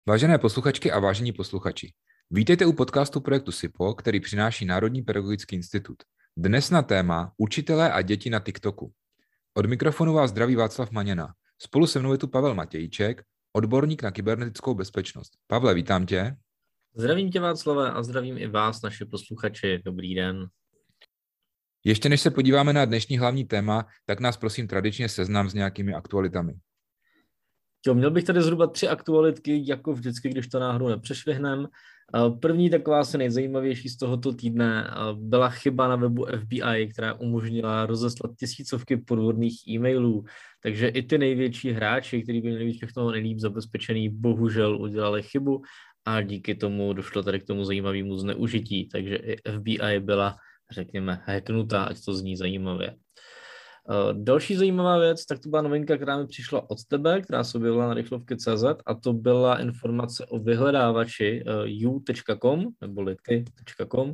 Vážené posluchačky a vážení posluchači, vítejte u podcastu projektu SIPO, který přináší Národní pedagogický institut. Dnes na téma Učitelé a děti na TikToku. Od mikrofonu vás zdraví Václav Maněna. Spolu se mnou je tu Pavel Matějček, odborník na kybernetickou bezpečnost. Pavle, vítám tě. Zdravím tě, Václave, a zdravím i vás, naši posluchači. Dobrý den. Ještě než se podíváme na dnešní hlavní téma, tak nás prosím tradičně seznam s nějakými aktualitami. Měl bych tady zhruba 3 aktualitky, jako vždycky, když to náhodou nepřešvihnem. První taková asi nejzajímavější z tohoto týdne byla chyba na webu FBI, která umožnila rozeslat tisícovky podvodných e-mailů. Takže i ty největší hráči, kteří by měli být všechno nejlíp zabezpečený, bohužel udělali chybu a díky tomu došlo tady k tomu zajímavému zneužití. Takže i FBI byla, řekněme, hacknutá, ať to zní zajímavě. Další zajímavá věc, tak to byla novinka, která mi přišla od tebe, která se objevila na rychlovky.cz, a to byla informace o vyhledávači you.com neboli ty.com,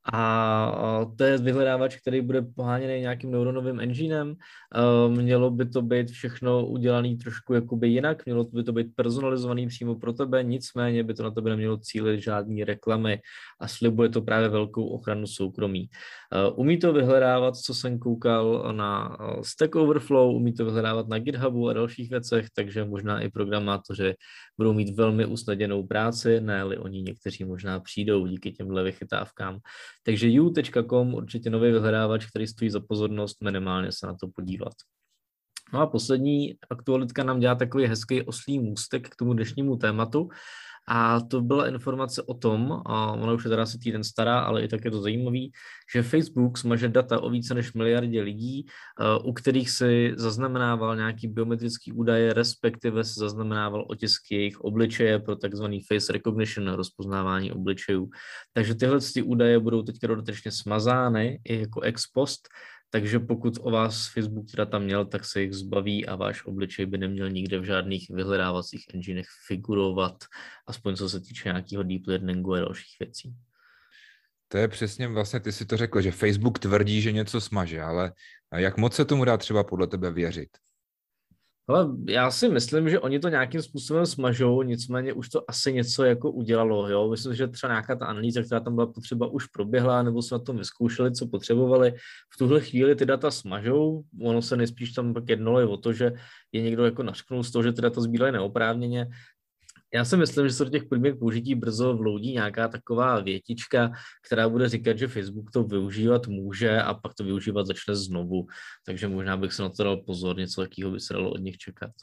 a to je vyhledávač, který bude poháněný nějakým neuronovým enginem. Mělo by to být všechno udělané trošku jakoby jinak, mělo by to být personalizovaný přímo pro tebe, nicméně by to na tebe nemělo cílit žádný reklamy a slibuje to právě velkou ochranu soukromí. Umí to vyhledávat, co jsem koukal na Stack Overflow, umí to vyhledávat na GitHubu a dalších věcech, takže možná i programátoři budou mít velmi usnadněnou práci, ne-li oni někteří možná přijdou díky těmhle vychytávkám. Takže you.com určitě nový vyhledávač, který stojí za pozornost, minimálně se na to podívat. No a poslední aktualitka nám dělá takový hezký oslí můstek k tomu dnešnímu tématu. A to byla informace o tom, a ona už je teda asi týden stará, ale i tak je to zajímavý, že Facebook smaže data o více než miliardě lidí, u kterých si zaznamenával nějaký biometrický údaje, respektive si zaznamenával otisky jejich obličeje pro takzvaný face recognition, rozpoznávání obličejů. Takže tyhle údaje budou teďka dodatečně smazány i jako ex post. Takže pokud o vás Facebook teda tam měl, tak se jich zbaví a váš obličej by neměl nikde v žádných vyhledávacích enginech figurovat, aspoň co se týče nějakého deep learningu a dalších věcí. To je přesně vlastně, ty si to řekl, že Facebook tvrdí, že něco smaže, ale jak moc se tomu dá třeba podle tebe věřit? Ale já si myslím, že oni to nějakým způsobem smažou, nicméně už to asi něco jako udělalo. Jo? Myslím, že třeba nějaká ta analýza, která tam byla potřeba, už proběhla, nebo se na tom vyzkoušeli, co potřebovali. V tuhle chvíli ty data smažou, ono se nejspíš tam pak jednalo i o to, že je někdo jako nařknul z toho, že ty data sbírají neoprávněně. Já si myslím, že se do těch podmínek použití brzo vloudí nějaká taková větička, která bude říkat, že Facebook to využívat může a pak to využívat začne znovu. Takže možná bych se na to dal pozor, něco takového by se dalo od nich čekat.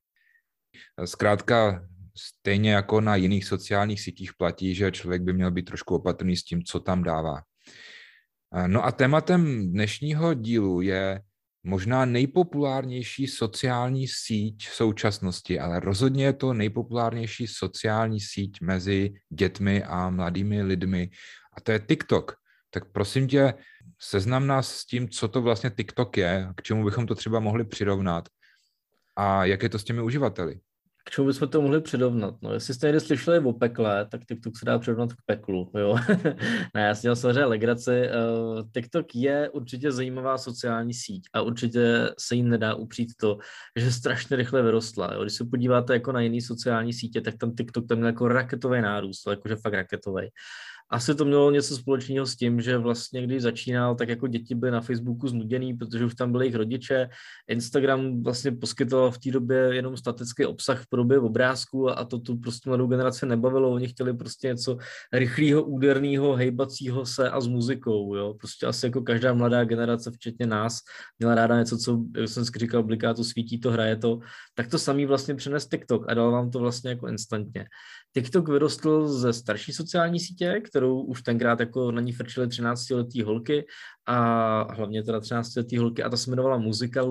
Zkrátka, stejně jako na jiných sociálních sítích platí, že člověk by měl být trošku opatrný s tím, co tam dává. No a tématem dnešního dílu je možná nejpopulárnější sociální síť v současnosti, ale rozhodně je to nejpopulárnější sociální síť mezi dětmi a mladými lidmi, a to je TikTok. Tak prosím tě, seznam nás s tím, co to vlastně TikTok je, k čemu bychom to třeba mohli přirovnat a jak je to s těmi uživateli. K čemu bychom to mohli přirovnat? No, jestli jste někdy slyšeli o pekle, tak TikTok se dá přirovnat k peklu, jo. Ne, já si dělal samozřejmě legraci. TikTok je určitě zajímavá sociální síť a určitě se jí nedá upřít to, že strašně rychle vyrostla. Jo. Když se podíváte jako na jiné sociální sítě, tak tam TikTok tam měl jako raketový nárůst, jakože fakt raketový. Asi to mělo něco společného s tím, že vlastně když začínal, tak jako děti byly na Facebooku znuděný, protože už tam byli jejich rodiče. Instagram vlastně poskytoval v té době jenom statický obsah v podobě obrázků a to tu prostě mladou generaci nebavilo. Oni chtěli prostě něco rychlého, úderného, hejbacího se a s muzikou. Jo? Prostě asi jako každá mladá generace, včetně nás, měla ráda něco, co, jak jsem si říkal, bliká to, svítí to, hraje to. Tak to samý vlastně přines TikTok a dal vám to vlastně jako instantně. TikTok vyrostl ze starší sociální sítě, kterou už tenkrát jako na ní frčily 13letý holky a hlavně teda 13letý holky a ta se jmenovala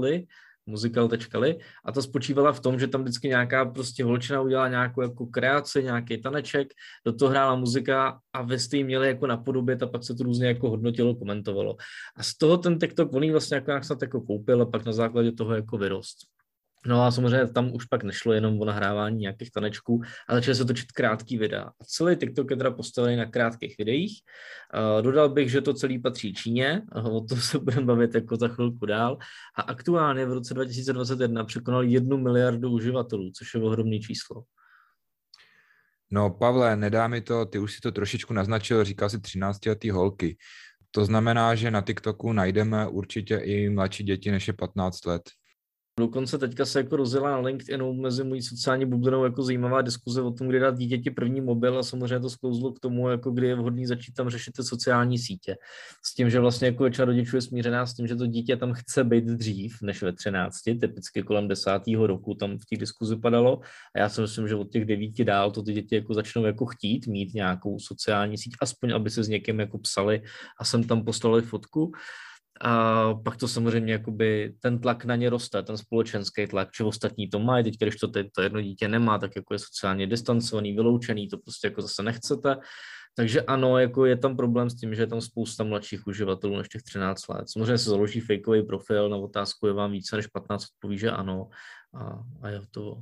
Musical.ly a ta spočívala v tom, že tam vždycky nějaká prostě holčina udělala nějakou jako kreaci, nějaký taneček, do toho hrála muzika a vy jste ji měli jako napodobit a pak se to různě jako hodnotilo, komentovalo. A z toho ten TikTok, on vlastně jako nějak snad jako koupil a pak na základě toho jako vyrost. No a samozřejmě tam už pak nešlo jenom o nahrávání nějakých tanečků, ale začaly se točit krátký videa. A celý TikTok je teda postavený na krátkých videích. Dodal bych, že to celý patří Číně, o tom se budeme bavit jako za chvilku dál. A aktuálně v roce 2021 překonal 1 miliardu uživatelů, což je ohromný číslo. No, Pavle, nedá mi to, ty už si to trošičku naznačil, říkal si 13letý holky. To znamená, že na TikToku najdeme určitě i mladší děti než je 15 let. Dokonce teďka se jako rozjela na LinkedInu mezi mojí sociální bublinou jako zajímavá diskuze o tom, kdy dát dítěti první mobil a samozřejmě to sklouzlo k tomu, jako kdy je vhodný začít tam řešit ty sociální sítě. S tím, že vlastně jako většina rodičů je smířená s tím, že to dítě tam chce být dřív než ve 13, typicky kolem 10. roku tam v té diskuzi padalo a já si myslím, že od těch 9 dál to ty děti jako začnou jako chtít mít nějakou sociální síť, aspoň aby se s někým jako psali a sem tam poslali fotku. A pak to samozřejmě jakoby ten tlak na ně roste, ten společenský tlak, že ostatní to mají, teď když to jedno dítě nemá, tak jako je sociálně distancovaný, vyloučený, to prostě jako zase nechcete. Takže ano, jako je tam problém s tím, že je tam spousta mladších uživatelů než těch 13 let. Samozřejmě se založí fakeový profil, na otázku je vám více než 15, odpoví, že ano a je to.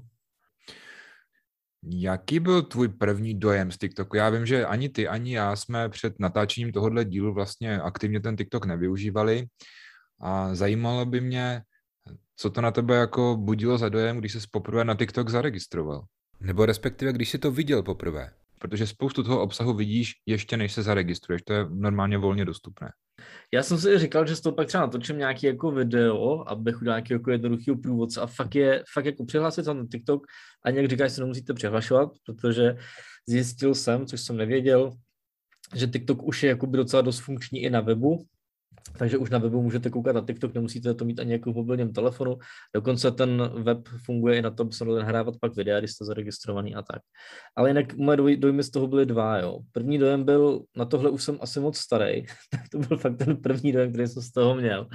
Jaký byl tvůj první dojem z TikToku? Já vím, že ani ty, ani já jsme před natáčením tohohle dílu vlastně aktivně ten TikTok nevyužívali a zajímalo by mě, co to na tebe jako budilo za dojem, když jsi poprvé na TikTok zaregistroval. Nebo respektive, když jsi to viděl poprvé. Protože spoustu toho obsahu vidíš ještě než se zaregistruješ, to je normálně volně dostupné. Já jsem si říkal, že z toho pak třeba natočím nějaký jako video, abych udělal nějaký jako jednoduchý průvodce a fakt jako přihlásit se na TikTok a nějak říkáš, že se nemusíte přihlašovat, protože zjistil jsem, což jsem nevěděl, že TikTok už je jakoby docela dost funkční i na webu, takže už na webu můžete koukat na TikTok, nemusíte to mít ani jako v mobilním telefonu, dokonce ten web funguje i na to, aby se mohli nahrávat pak videa, když jste zaregistrovaný a tak. Ale jinak moje dojmy z toho byly dva, jo. První dojem byl, na tohle už jsem asi moc starý, tak to byl fakt ten první dojem, který jsem z toho měl.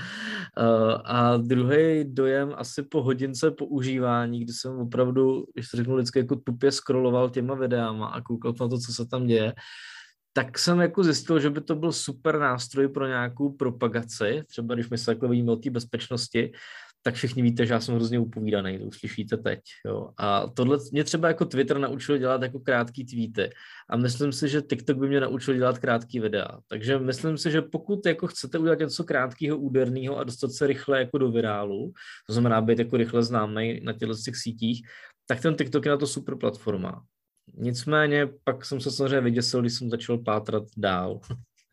A druhý dojem asi po hodince používání, kdy jsem opravdu, když to řeknu lidsky, jako tupě scrolloval těma videama a koukal na to, co se tam děje, tak jsem jako zjistil, že by to byl super nástroj pro nějakou propagaci, třeba když my se takhle vidíme o té bezpečnosti, tak všichni víte, že já jsem hrozně upovídaný, to uslyšíte teď. Jo. A tohle mě třeba jako Twitter naučil dělat jako krátký tweety a myslím si, že TikTok by mě naučil dělat krátký videa. Takže myslím si, že pokud jako chcete udělat něco krátkého, úderného a dostat se rychle jako do virálu, to znamená být jako rychle známý na těchto sítích, tak ten TikTok je na to super platforma. Nicméně pak jsem se samozřejmě vyděsil, když jsem začal pátrat dál.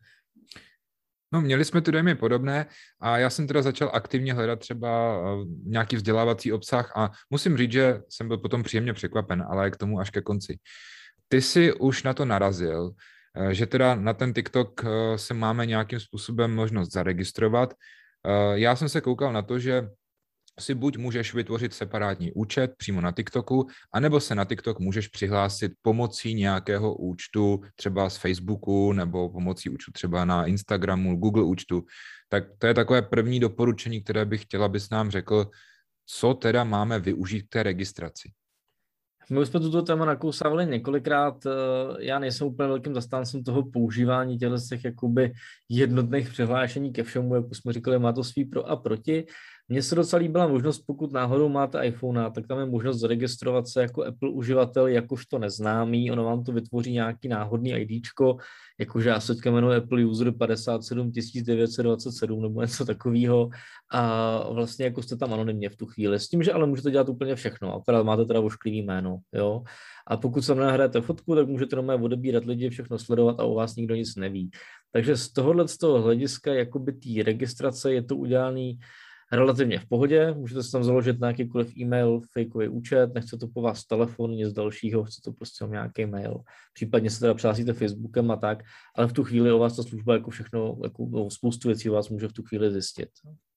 No, měli jsme ty dojmy podobné a já jsem teda začal aktivně hledat třeba nějaký vzdělávací obsah a musím říct, že jsem byl potom příjemně překvapen, ale k tomu až ke konci. Ty jsi už na to narazil, že teda na ten TikTok se máme nějakým způsobem možnost zaregistrovat. Já jsem se koukal na to, že si buď můžeš vytvořit separátní účet přímo na TikToku, anebo se na TikTok můžeš přihlásit pomocí nějakého účtu, třeba z Facebooku, nebo pomocí účtu třeba na Instagramu, Google účtu. Tak to je takové první doporučení, které bych chtěla, abys nám řekl, co teda máme využít k té registraci. My už jsme tuto téma nakousávali několikrát. Já nejsem úplně velkým zastáncem toho používání těch jakoby jednotných přihlášení ke všemu, jak už jsme říkali, má to svý pro a proti. Mně se docela líbila možnost, pokud náhodou máte iPhone, tak tam je možnost zaregistrovat se jako Apple uživatel, jakožto neznámý. Ono vám to vytvoří nějaký náhodný IDčko, jakože já se teďka jmenuji Apple User 57927 nebo něco takového. A vlastně jako jste tam anonymně v tu chvíli. S tím, že ale můžete dělat úplně všechno. Akorát máte teda ošklivý jméno. Jo? A pokud se nahrajete fotku, tak můžete normálně odebírat lidi, všechno sledovat a o vás nikdo nic neví. Takže z toho hlediska jakoby té registrace je to udělaný relativně v pohodě, můžete si tam založit na jakýkoliv e-mail, fakeový účet, nechce to po vás telefon, nic dalšího, chce to prostě nějaký mail, případně se teda přihlásíte Facebookem a tak, ale v tu chvíli o vás ta služba jako všechno, jako spoustu věcí o vás může v tu chvíli zjistit.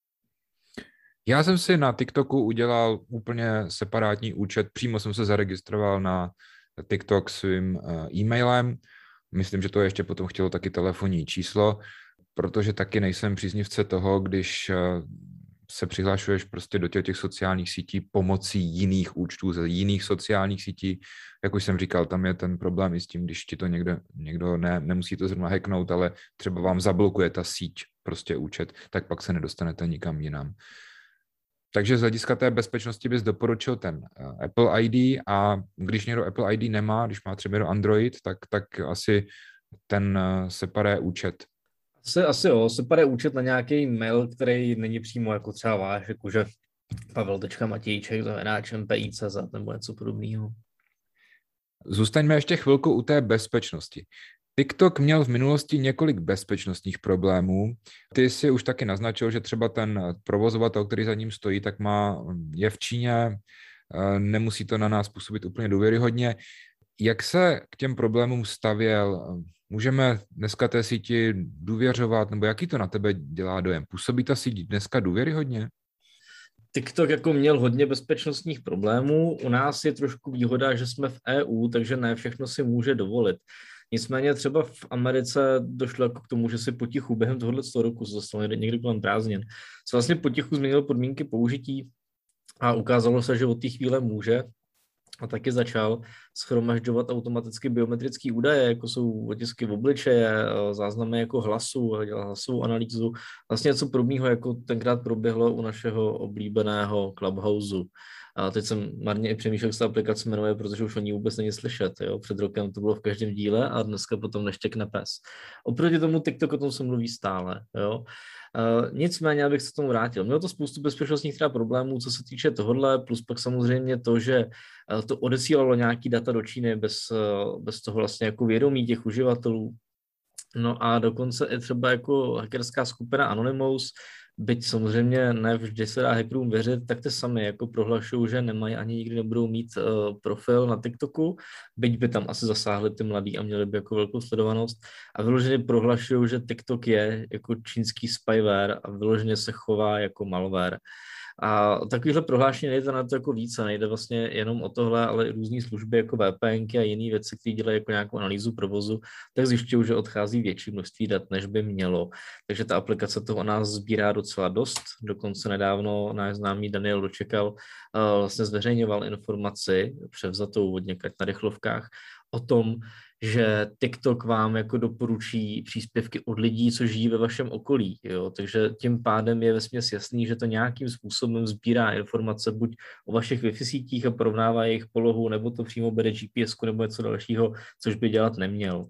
Já jsem si na TikToku udělal úplně separátní účet, přímo jsem se zaregistroval na TikTok svým e-mailem, myslím, že to ještě potom chtělo taky telefonní číslo, protože taky nejsem příznivce toho, když se přihlašuješ prostě do těch sociálních sítí pomocí jiných účtů ze jiných sociálních sítí. Jak už jsem říkal, tam je ten problém i s tím, když ti to někdo nemusí to zrovna hacknout, ale třeba vám zablokuje ta síť, prostě účet, tak pak se nedostanete nikam jinam. Takže z hlediska té bezpečnosti bys doporučil ten Apple ID a když někdo Apple ID nemá, když má třeba Android, tak asi ten separé účet. Asi jo, separé účet na nějaký mail, který není přímo jako třeba váš, jakože pavel.matějček@mpi.cz nebo něco podobného. Zůstaňme ještě chvilku u té bezpečnosti. TikTok měl v minulosti několik bezpečnostních problémů. Ty si už taky naznačil, že třeba ten provozovatel, který za ním stojí, tak je v Číně, nemusí to na nás působit úplně důvěryhodně. Jak se k těm problémům stavěl? Můžeme dneska té síti důvěřovat, nebo jaký to na tebe dělá dojem? Působí ta síť dneska důvěryhodně? TikTok jako měl hodně bezpečnostních problémů. U nás je trošku výhoda, že jsme v EU, takže ne všechno si může dovolit. Nicméně třeba v Americe došlo jako k tomu, že si potichu během tohoto roku, se dostalo někdy kolem prázdnin, se vlastně potichu změnil podmínky použití a ukázalo se, že od té chvíle může a taky začal shromažďovat automaticky biometrické údaje, jako jsou otisky v obličeje, záznamy jako hlasu, dělal hlasovou analýzu, vlastně něco podobného, jako tenkrát proběhlo u našeho oblíbeného Clubhouse. A teď jsem marně i přemýšlel, jak se ta aplikace jmenuje, protože už o ní vůbec není slyšet. Jo? Před rokem to bylo v každém díle a dneska potom neštěkne pes. Oproti tomu TikTok o tom se mluví stále. Jo? Nicméně, abych se k tomu vrátil. Mělo to spoustu bezpečnostních třeba problémů, co se týče tohohle, plus pak samozřejmě to, že to odesílalo nějaký data do Číny bez toho vlastně jako vědomí těch uživatelů. No a dokonce i třeba jako hackerská skupina Anonymous, byť samozřejmě ne vždy se dá hackerům věřit, tak ty sami jako prohlašují, že nemají ani nikdy nebudou mít profil na TikToku, byť by tam asi zasáhli ty mladí a měli by jako velkou sledovanost a vyloženě prohlašují, že TikTok je jako čínský spyware a vyloženě se chová jako malware. A takovýhle prohlášení nejde na to jako více, nejde vlastně jenom o tohle, ale i různé služby jako VPNky a jiné věci, které dělají jako nějakou analýzu provozu, tak zjišťují, že odchází větší množství dat, než by mělo. Takže ta aplikace toho o nás sbírá docela dost. Dokonce nedávno náš známý Daniel Dočekal vlastně zveřejňoval informaci převzatou od někaď na rychlovkách o tom, že TikTok vám jako doporučí příspěvky od lidí, co žijí ve vašem okolí. Jo? Takže tím pádem je vesměs jasný, že to nějakým způsobem sbírá informace buď o vašich Wi-Fi sítích a porovnává jejich polohu, nebo to přímo bere GPS nebo něco dalšího, což by dělat neměl.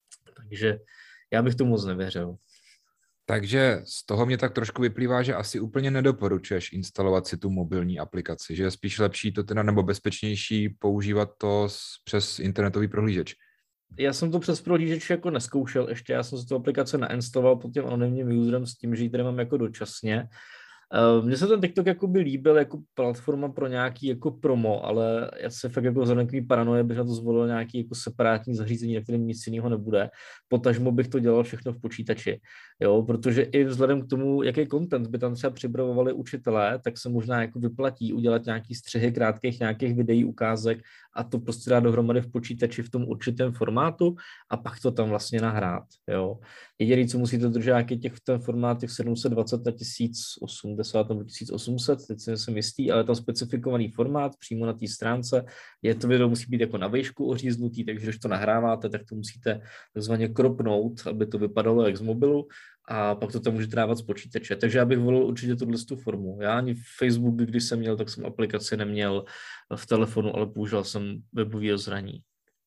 Takže já bych tomu moc nevěřil. Takže z toho mě tak trošku vyplývá, že asi úplně nedoporučuješ instalovat si tu mobilní aplikaci, že je spíš lepší to teda nebo bezpečnější používat to přes internetový prohlížeč. Já jsem to přes prohlížeč jako neskoušel ještě, já jsem si tu aplikaci nainstaloval pod tím anonymním userem s tím, že ji tady mám jako dočasně. Mně se ten TikTok jako by líbil jako platforma pro nějaký jako promo, ale já se fakt jako vzhledem k mý paranoje bych na to zvolil nějaký jako separátní zařízení, na kterém nic jiného nebude. Potažmo bych to dělal všechno v počítači, jo, protože i vzhledem k tomu, jaký content by tam třeba připravovali učitelé, tak se možná jako vyplatí udělat nějaký střihy krátkých nějakých videí, ukázek a to prostě dát dohromady v počítači v tom určitém formátu a pak to tam vlastně nahrát, jo. Jediné, co musíte držet, jak je v ten formát těch 720 na 1080 nebo 1800, teď si nejsem jistý, ale tam specifikovaný formát přímo na té stránce, to video musí být jako na výšku oříznutý, takže když to nahráváte, tak to musíte takzvaně kropnout, aby to vypadalo jak z mobilu a pak to tam můžete dávat z počítače. Takže já bych volil určitě tuto formu. Já ani v Facebook, když jsem měl, tak jsem aplikaci neměl v telefonu, ale použil jsem webový rozhraní.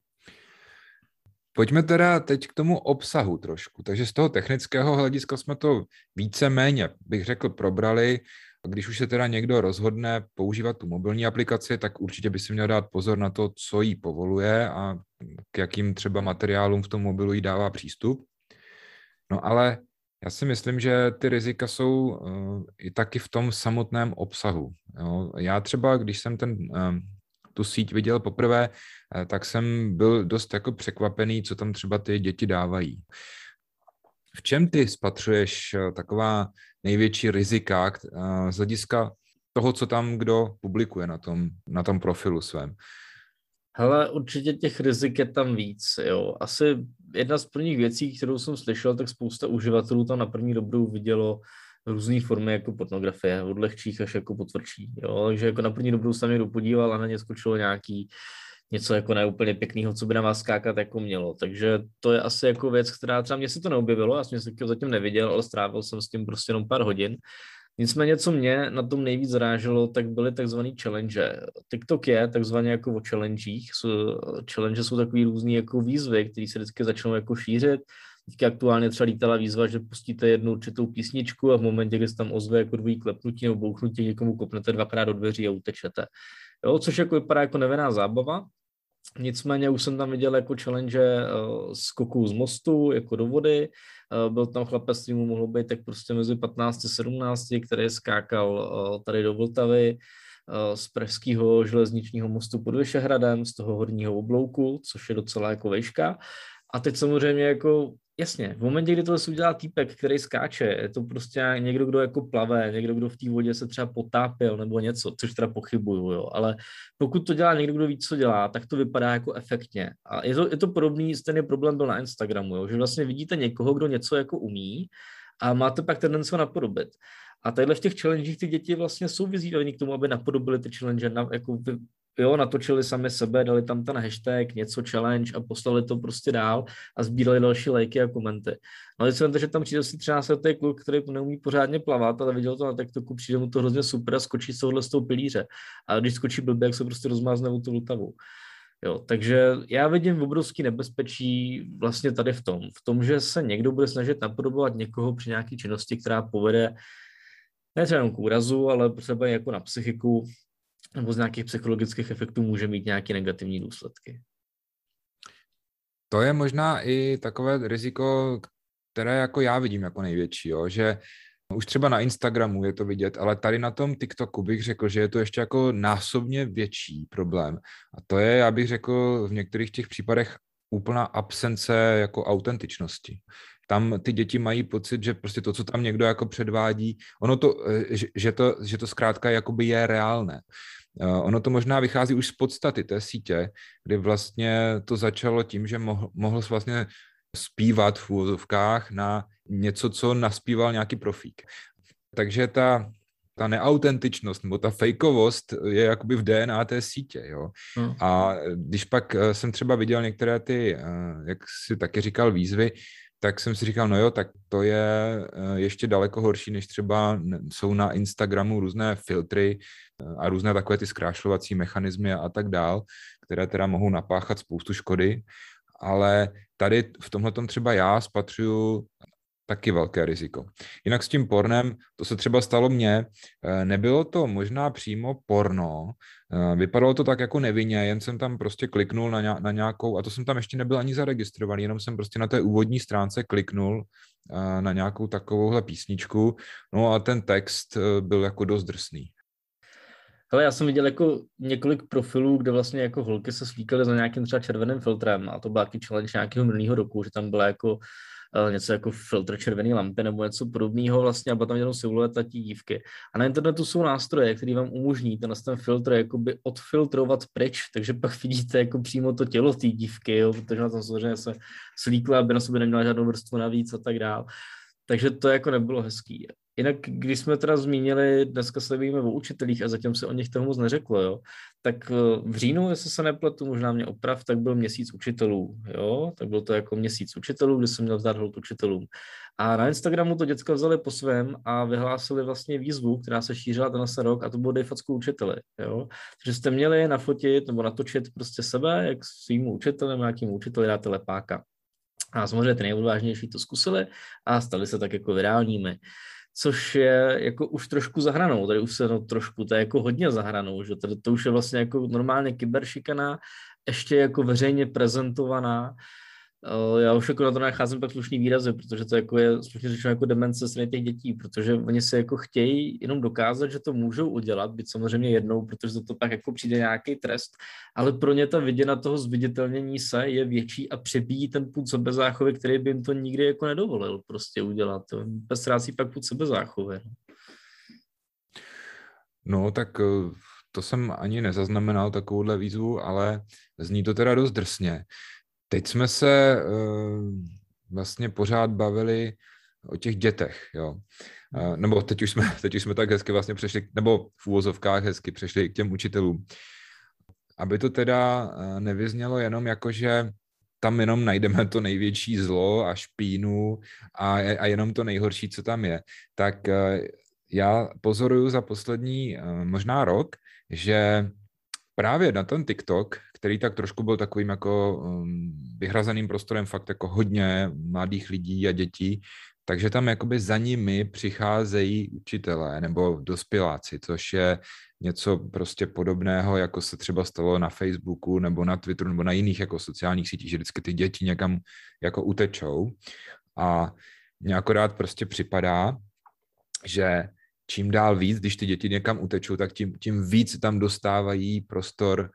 Pojďme teda teď k tomu obsahu trošku. Takže z toho technického hlediska jsme to víceméně, bych řekl, probrali. Když už se teda někdo rozhodne používat tu mobilní aplikaci, tak určitě by si měl dát pozor na to, co jí povoluje a k jakým třeba materiálům v tom mobilu jí dává přístup. No ale já si myslím, že ty rizika jsou i taky v tom samotném obsahu. Jo. Já třeba, když jsem tu síť viděl poprvé, tak jsem byl dost jako překvapený, co tam třeba ty děti dávají. V čem ty spatřuješ taková největší rizika z hlediska toho, co tam kdo publikuje na tom profilu svém? Hele, určitě těch rizik je tam víc, jo. Asi jedna z prvních věcí, kterou jsem slyšel, tak spousta uživatelů tam na první dobrou vidělo různé formy jako pornografie, od lehčích až jako po tvrdší, jo. Takže jako na první dobrou jsem někdo podíval a na ně skočilo něco jako neúplně pěkného, co by na vás skákat jako mělo. Takže to je asi jako věc, která třeba mě se to neobjevilo, já jsem se to zatím neviděl, ale strávil jsem s tím prostě jenom pár hodin. Nicméně, co mě na tom nejvíc zaráželo, tak byly takzvaný challenge. TikTok je takzvaně jako o challengech. Challenge jsou takový různý jako výzvy, které se vždycky začnou jako šířit. Teďka aktuálně třeba lítala výzva, že pustíte jednu určitou písničku a v momentě, kdy se tam ozve jako dvojí klepnutí nebo bouchnutí, někomu kopnete dvakrát do dveří a utečete. Jo, což jako vypadá jako nevinná zábava, Nicméně už jsem tam viděl jako challenge skoků z mostu, jako do vody. Byl tam chlapec, který mu mohlo být tak prostě mezi 15 a 17, který skákal tady do Vltavy z pražského železničního mostu pod Vyšehradem, z toho horního oblouku, což je docela jako vejška. A teď samozřejmě jako, jasně, v momentě, kdy tohle udělá týpek, který skáče, je to prostě někdo, kdo jako plave, někdo, kdo v té vodě se třeba potápěl nebo něco, což teda pochybuju, jo, ale pokud to dělá někdo, kdo ví, co dělá, tak to vypadá jako efektně. A je to podobný, stejný problém byl na Instagramu, jo, že vlastně vidíte někoho, kdo něco jako umí a máte pak tendenci ho napodobit. A tadyhle v těch challengech ty děti vlastně jsou vyzývaný k tomu, aby napodobili ty challenge, natočili sami sebe, dali tam ten hashtag, něco challenge a poslali to prostě dál a sbírali další lajky a komenty. Ale když jsem že tam přijde si 13letý kluk, který neumí pořádně plavat, ale viděl to na TikToku, přijde mu to hrozně super a skočí z tohohle z toho pilíře. A když skočí blbě, jak se prostě rozmázne o tu Vltavu. Jo, takže já vidím obrovský nebezpečí vlastně tady v tom, že se někdo bude snažit napodobovat někoho při nějaké činnosti, která povede ne třeba jenom k úrazu, ale třeba jako na psychiku nebo z nějakých psychologických efektů může mít nějaké negativní důsledky. To je možná i takové riziko, které jako já vidím jako největší, jo? Že už třeba na Instagramu je to vidět, ale tady na tom TikToku bych řekl, že je to ještě jako násobně větší problém. A to je, já bych řekl, v některých těch případech úplná absence jako autentičnosti. Tam ty děti mají pocit, že prostě to, co tam někdo jako předvádí, ono to, že to zkrátka jakoby je reálné. Ono to možná vychází už z podstaty té sítě, kdy vlastně to začalo tím, že mohl vlastně zpívat v úvozovkách na něco, co naspíval nějaký profík. Takže ta neautentičnost nebo ta fejkovost je jakoby v DNA té sítě. Jo? A když pak jsem třeba viděl některé ty, jak si taky říkal, výzvy, tak jsem si říkal, no jo, tak to je ještě daleko horší, než třeba jsou na Instagramu různé filtry a různé takové ty zkrášlovací mechanismy a tak dál, které teda mohou napáchat spoustu škody, ale tady v tomhletom třeba já spatřuju taky velké riziko. Jinak s tím pornem, to se třeba stalo mně, nebylo to možná přímo porno, vypadalo to tak jako nevinně, jen jsem tam prostě kliknul na nějakou, a to jsem tam ještě nebyl ani zaregistrovaný, jenom jsem prostě na té úvodní stránce kliknul na nějakou takovouhle písničku, no a ten text byl jako dost drsný. Ale já jsem viděl jako několik profilů, kde vlastně jako holky se slíkaly za nějakým třeba červeným filtrem a to byl nějaký challenge nějakého minulého roku, že tam byla jako něco jako filtr červený lampy nebo něco podobného vlastně a byla tam jenom silueta té dívky. A na internetu jsou nástroje, které vám umožní ten filtr jakoby odfiltrovat pryč, takže pak vidíte jako přímo to tělo té dívky, jo, protože na tom samozřejmě se slíkla, aby na sobě neměla žádnou vrstvu navíc a tak dál. Takže to jako nebylo hezký. Jinak, když jsme teda zmínili, dneska se bavíme o učitelích a zatím se o nich toho moc neřeklo, jo, tak v říjnu, jestli se nepletu, možná mě oprav, tak byl měsíc učitelů, jo, tak byl to jako měsíc učitelů, kdy jsem měl vzdát hold učitelům. A na Instagramu to děcka vzali po svém a vyhlásili vlastně výzvu, která se šířila ten rok a to bylo dej facku učiteli, jo. Takže jste měli nafotit nebo natočit prostě sebe, jak svýmu učiteli, nějakému učiteli dáte lepáka. A samozřejmě ty nejodvážnější to zkusili a stali se tak jako virálními. Což je jako už trošku za hranou, tady už se trošku, to je jako hodně za hranou, že to už je vlastně jako normálně kyberšikana, ještě jako veřejně prezentovaná. Já už jako na to nacházím pak slušný výrazy, protože to jako je slušně řečeno jako demence strany těch dětí, protože oni se jako chtějí jenom dokázat, že to můžou udělat, byť samozřejmě jednou, protože to pak jako přijde nějaký trest, ale pro ně ta viděna toho zviditelnění se je větší a přebíjí ten pud sebezáchovy, který by jim to nikdy jako nedovolil prostě udělat. Bez ztrácí pak pud sebezáchovy. No tak to jsem ani nezaznamenal takovouhle výzvu, ale zní to teda dost drsně. Teď jsme se vlastně pořád bavili o těch dětech, jo. Nebo teď už jsme tak hezky vlastně přešli, nebo v úvozovkách hezky přešli k těm učitelům. Aby to teda nevyznělo jenom jako, že tam jenom najdeme to největší zlo a špínu a jenom to nejhorší, co tam je. Tak já pozoruju za poslední možná rok, že právě na ten TikTok, který tak trošku byl takovým jako vyhrazeným prostorem fakt jako hodně mladých lidí a dětí, takže tam jakoby za nimi přicházejí učitelé nebo dospěláci, což je něco prostě podobného, jako se třeba stalo na Facebooku nebo na Twitteru nebo na jiných jako sociálních sítích, že vždycky ty děti někam jako utečou. A mně akorát prostě připadá, že čím dál víc, když ty děti někam utečou, tak tím víc tam dostávají prostor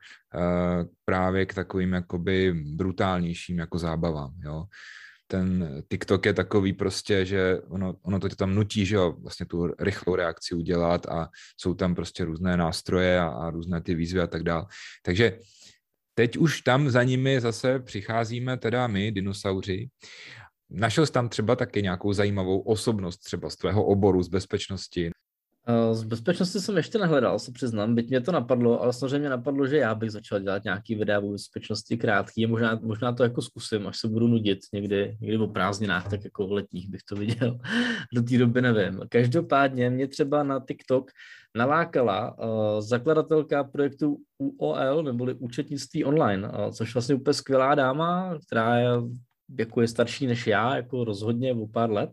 právě k takovým jakoby brutálnějším jako zábavám, jo. Ten TikTok je takový prostě, že ono to tam nutí, že jo, vlastně tu rychlou reakci udělat a jsou tam prostě různé nástroje a různé ty výzvy a tak dále. Takže teď už tam za nimi zase přicházíme teda my, dinosauři. Našel jsi tam třeba taky nějakou zajímavou osobnost třeba z tvého oboru, z bezpečnosti? Z bezpečnosti jsem ještě nehledal, se přiznám, byť mě to napadlo, ale samozřejmě mě napadlo, že já bych začal dělat nějaký videa o bezpečnosti krátký, možná to jako zkusím, až se budu nudit někdy o prázdninách, tak jako v letních bych to viděl, do té doby nevím. Každopádně mě třeba na TikTok nalákala zakladatelka projektu UOL, neboli účetnictví online, což vlastně úplně skvělá dáma, která je starší než já, jako rozhodně o pár let,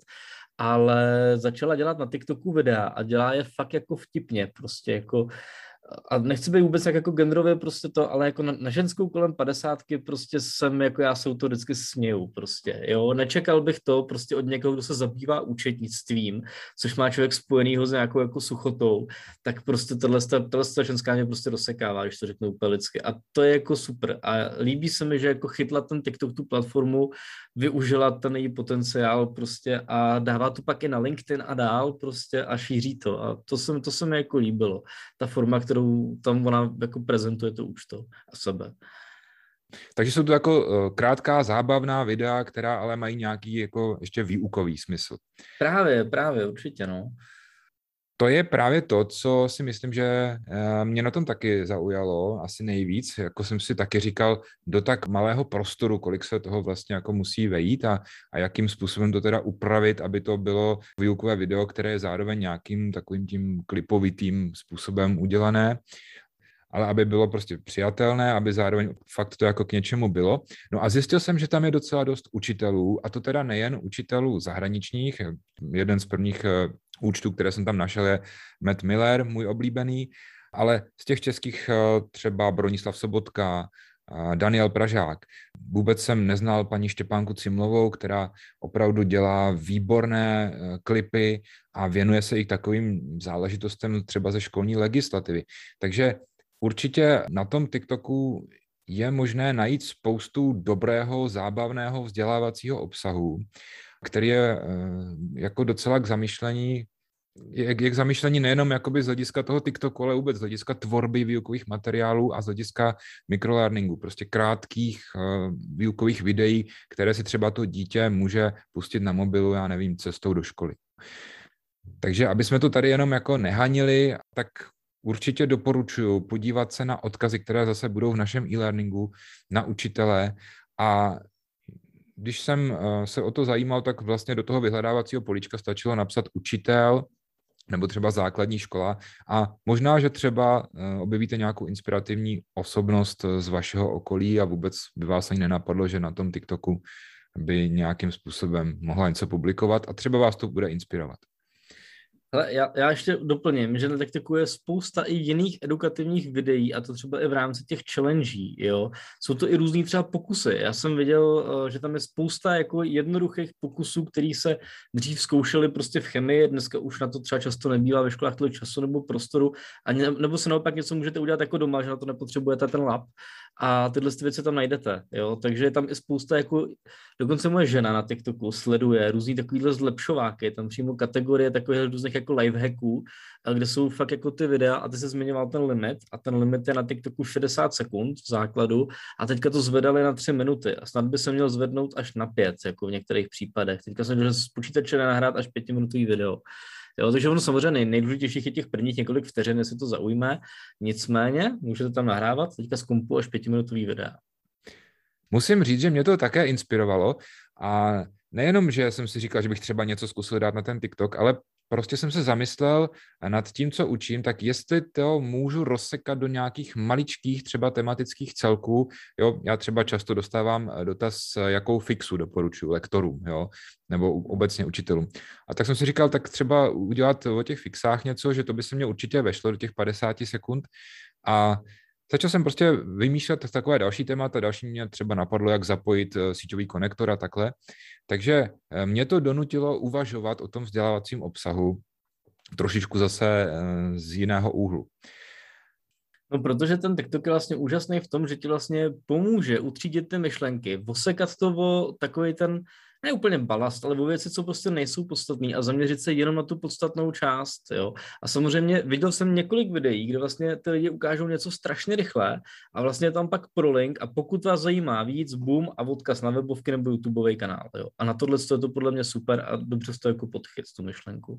ale začala dělat na TikToku videa a dělá je fakt jako vtipně, prostě jako, a nechci být vůbec jako genderově prostě to, ale jako na ženskou kolem 50 prostě jsem, jako já se u toho vždycky směju prostě, jo, nečekal bych to prostě od někoho, kdo se zabývá účetnictvím, což má člověk spojenýho s nějakou jako suchotou, tak prostě tohle ženská mě prostě rozsekává, když to řeknu úplně lidsky, a to je jako super a líbí se mi, že jako chytla ten TikTok tu platformu, využila ten její potenciál prostě a dává to pak i na LinkedIn a dál prostě a šíří to a to se mi jako líbilo, ta forma, kterou tam ona jako prezentuje to účto a sebe. Takže jsou to jako krátká, zábavná videa, která ale mají nějaký jako ještě výukový smysl. Právě, určitě, no. To je právě to, co si myslím, že mě na tom taky zaujalo asi nejvíc. Jako jsem si taky říkal, do tak malého prostoru, kolik se toho vlastně jako musí vejít a jakým způsobem to teda upravit, aby to bylo výukové video, které je zároveň nějakým takovým tím klipovitým způsobem udělané, ale aby bylo prostě přijatelné, aby zároveň fakt to jako k něčemu bylo. No a zjistil jsem, že tam je docela dost učitelů, a to teda nejen učitelů zahraničních. Jeden z prvních účtů, které jsem tam našel, je Matt Miller, můj oblíbený, ale z těch českých třeba Bronislav Sobotka, Daniel Pražák. Vůbec jsem neznal paní Štěpánku Cimlovou, která opravdu dělá výborné klipy a věnuje se i takovým záležitostem třeba ze školní legislativy. Takže určitě na tom TikToku je možné najít spoustu dobrého, zábavného, vzdělávacího obsahu, který je jako docela k zamýšlení, je k zamýšlení nejenom jakoby z hlediska toho TikToku, ale vůbec z hlediska tvorby výukových materiálů a z hlediska microlearningu, prostě krátkých výukových videí, které si třeba to dítě může pustit na mobilu, já nevím, cestou do školy. Takže aby jsme to tady jenom jako nehanili, tak určitě doporučuji podívat se na odkazy, které zase budou v našem e-learningu na učitele, a když jsem se o to zajímal, tak vlastně do toho vyhledávacího políčka stačilo napsat učitel nebo třeba základní škola a možná, že třeba objevíte nějakou inspirativní osobnost z vašeho okolí a vůbec by vás ani nenapadlo, že na tom TikToku by nějakým způsobem mohla něco publikovat a třeba vás to bude inspirovat. Ale já ještě doplním, že na TikToku je spousta i jiných edukativních videí, a to třeba i v rámci těch challengí, jo. Jsou to i různý třeba pokusy. Já jsem viděl, že tam je spousta jako jednoduchých pokusů, který se dřív zkoušeli prostě v chemii, dneska už na to třeba často nebývá ve školách tolik času nebo prostoru, a nebo se naopak něco můžete udělat jako doma, že na to nepotřebujete ten lab. A tyhle věci tam najdete, jo. Takže je tam i spousta jako, dokonce moje žena na TikToku sleduje různý takovýhle zlepšováky, tam přímo kategorie takových různých jako lifehacků, kde jsou fakt jako ty videa, a ty se zmiňoval ten limit, a ten limit je na TikToku 60 sekund v základu a teďka to zvedali na 3 minuty a snad by se měl zvednout až na 5, jako v některých případech. Teďka jsem měl z počítače nahrát až 5minutový video. Jo, takže ono samozřejmě nejdůležitější je těch prvních několik vteřin, jestli to zaujme, nicméně můžete tam nahrávat teďka z kompu až 5minutový videa. Musím říct, že mě to také inspirovalo a nejenom, že jsem si říkal, že bych třeba něco zkusil dát na ten TikTok, ale prostě jsem se zamyslel nad tím, co učím, tak jestli to můžu rozsekat do nějakých maličkých třeba tematických celků. Jo, já třeba často dostávám dotaz, jakou fixu doporučuji lektorům, jo, nebo obecně učitelům. A tak jsem si říkal, tak třeba udělat o těch fixách něco, že to by se mě určitě vešlo do těch 50 sekund. A začal jsem prostě vymýšlet takové další témata, další mě třeba napadlo, jak zapojit síťový konektor a takhle. Takže mě to donutilo uvažovat o tom vzdělávacím obsahu trošičku zase z jiného úhlu. No, protože ten TikTok je vlastně úžasný v tom, že ti vlastně pomůže utřídit ty myšlenky, osekat to o takový ten, ne úplně balast, ale o věci, co prostě nejsou podstatné a zaměřit se jenom na tu podstatnou část, jo. A samozřejmě viděl jsem několik videí, kde vlastně ty lidi ukážou něco strašně rychle a vlastně je tam pak prolink a pokud vás zajímá víc, boom a odkaz na webovky nebo YouTubeový kanál, jo. A na tohle je to podle mě super a dobře to jako podchyt, tu myšlenku.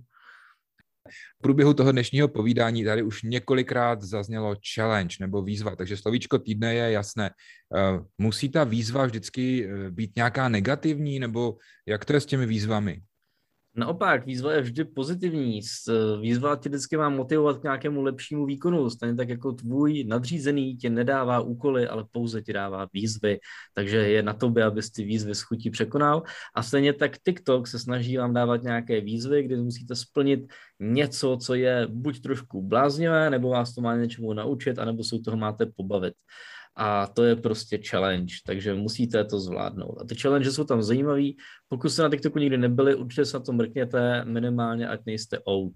V průběhu toho dnešního povídání tady už několikrát zaznělo challenge nebo výzva, takže slovíčko týdne je jasné. Musí ta výzva vždycky být nějaká negativní, nebo jak to je s těmi výzvami? Naopak, výzva je vždy pozitivní. Výzva tě vždycky má motivovat k nějakému lepšímu výkonu. Stejně tak jako tvůj nadřízený tě nedává úkoly, ale pouze ti dává výzvy. Takže je na tobě, abys ty výzvy s chutí překonal. A stejně tak TikTok se snaží vám dávat nějaké výzvy, kdy musíte splnit něco, co je buď trošku bláznivé, nebo vás to má něčemu naučit, anebo se u toho máte pobavit. A to je prostě challenge, takže musíte to zvládnout. A ty challenge jsou tam zajímavý. Pokud jste na TikToku nikdy nebyli, určitě se na to mrkněte, minimálně, ať nejste out.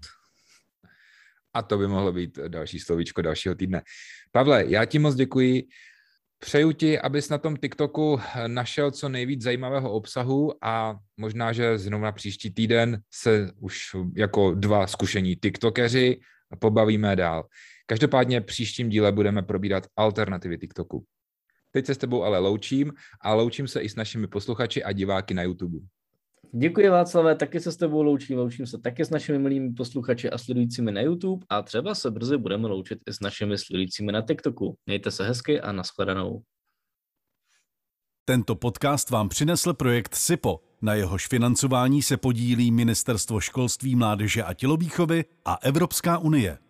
A to by mohlo být další slovíčko dalšího týdne. Pavle, já ti moc děkuji. Přeju ti, abys na tom TikToku našel co nejvíc zajímavého obsahu a možná, že znovu na příští týden se už jako dva zkušení TikTokeři pobavíme dál. Každopádně v příštím díle budeme probírat alternativy TikToku. Teď se s tebou ale loučím a loučím se i s našimi posluchači a diváky na YouTube. Děkuji, Václave, taky se s tebou loučím se taky s našimi milými posluchači a sledujícími na YouTube a třeba se brzy budeme loučit i s našimi sledujícími na TikToku. Mějte se hezky a nashledanou. Tento podcast vám přinesl projekt SIPO. Na jehož financování se podílí Ministerstvo školství, mládeže a tělovýchovy a Evropská unie.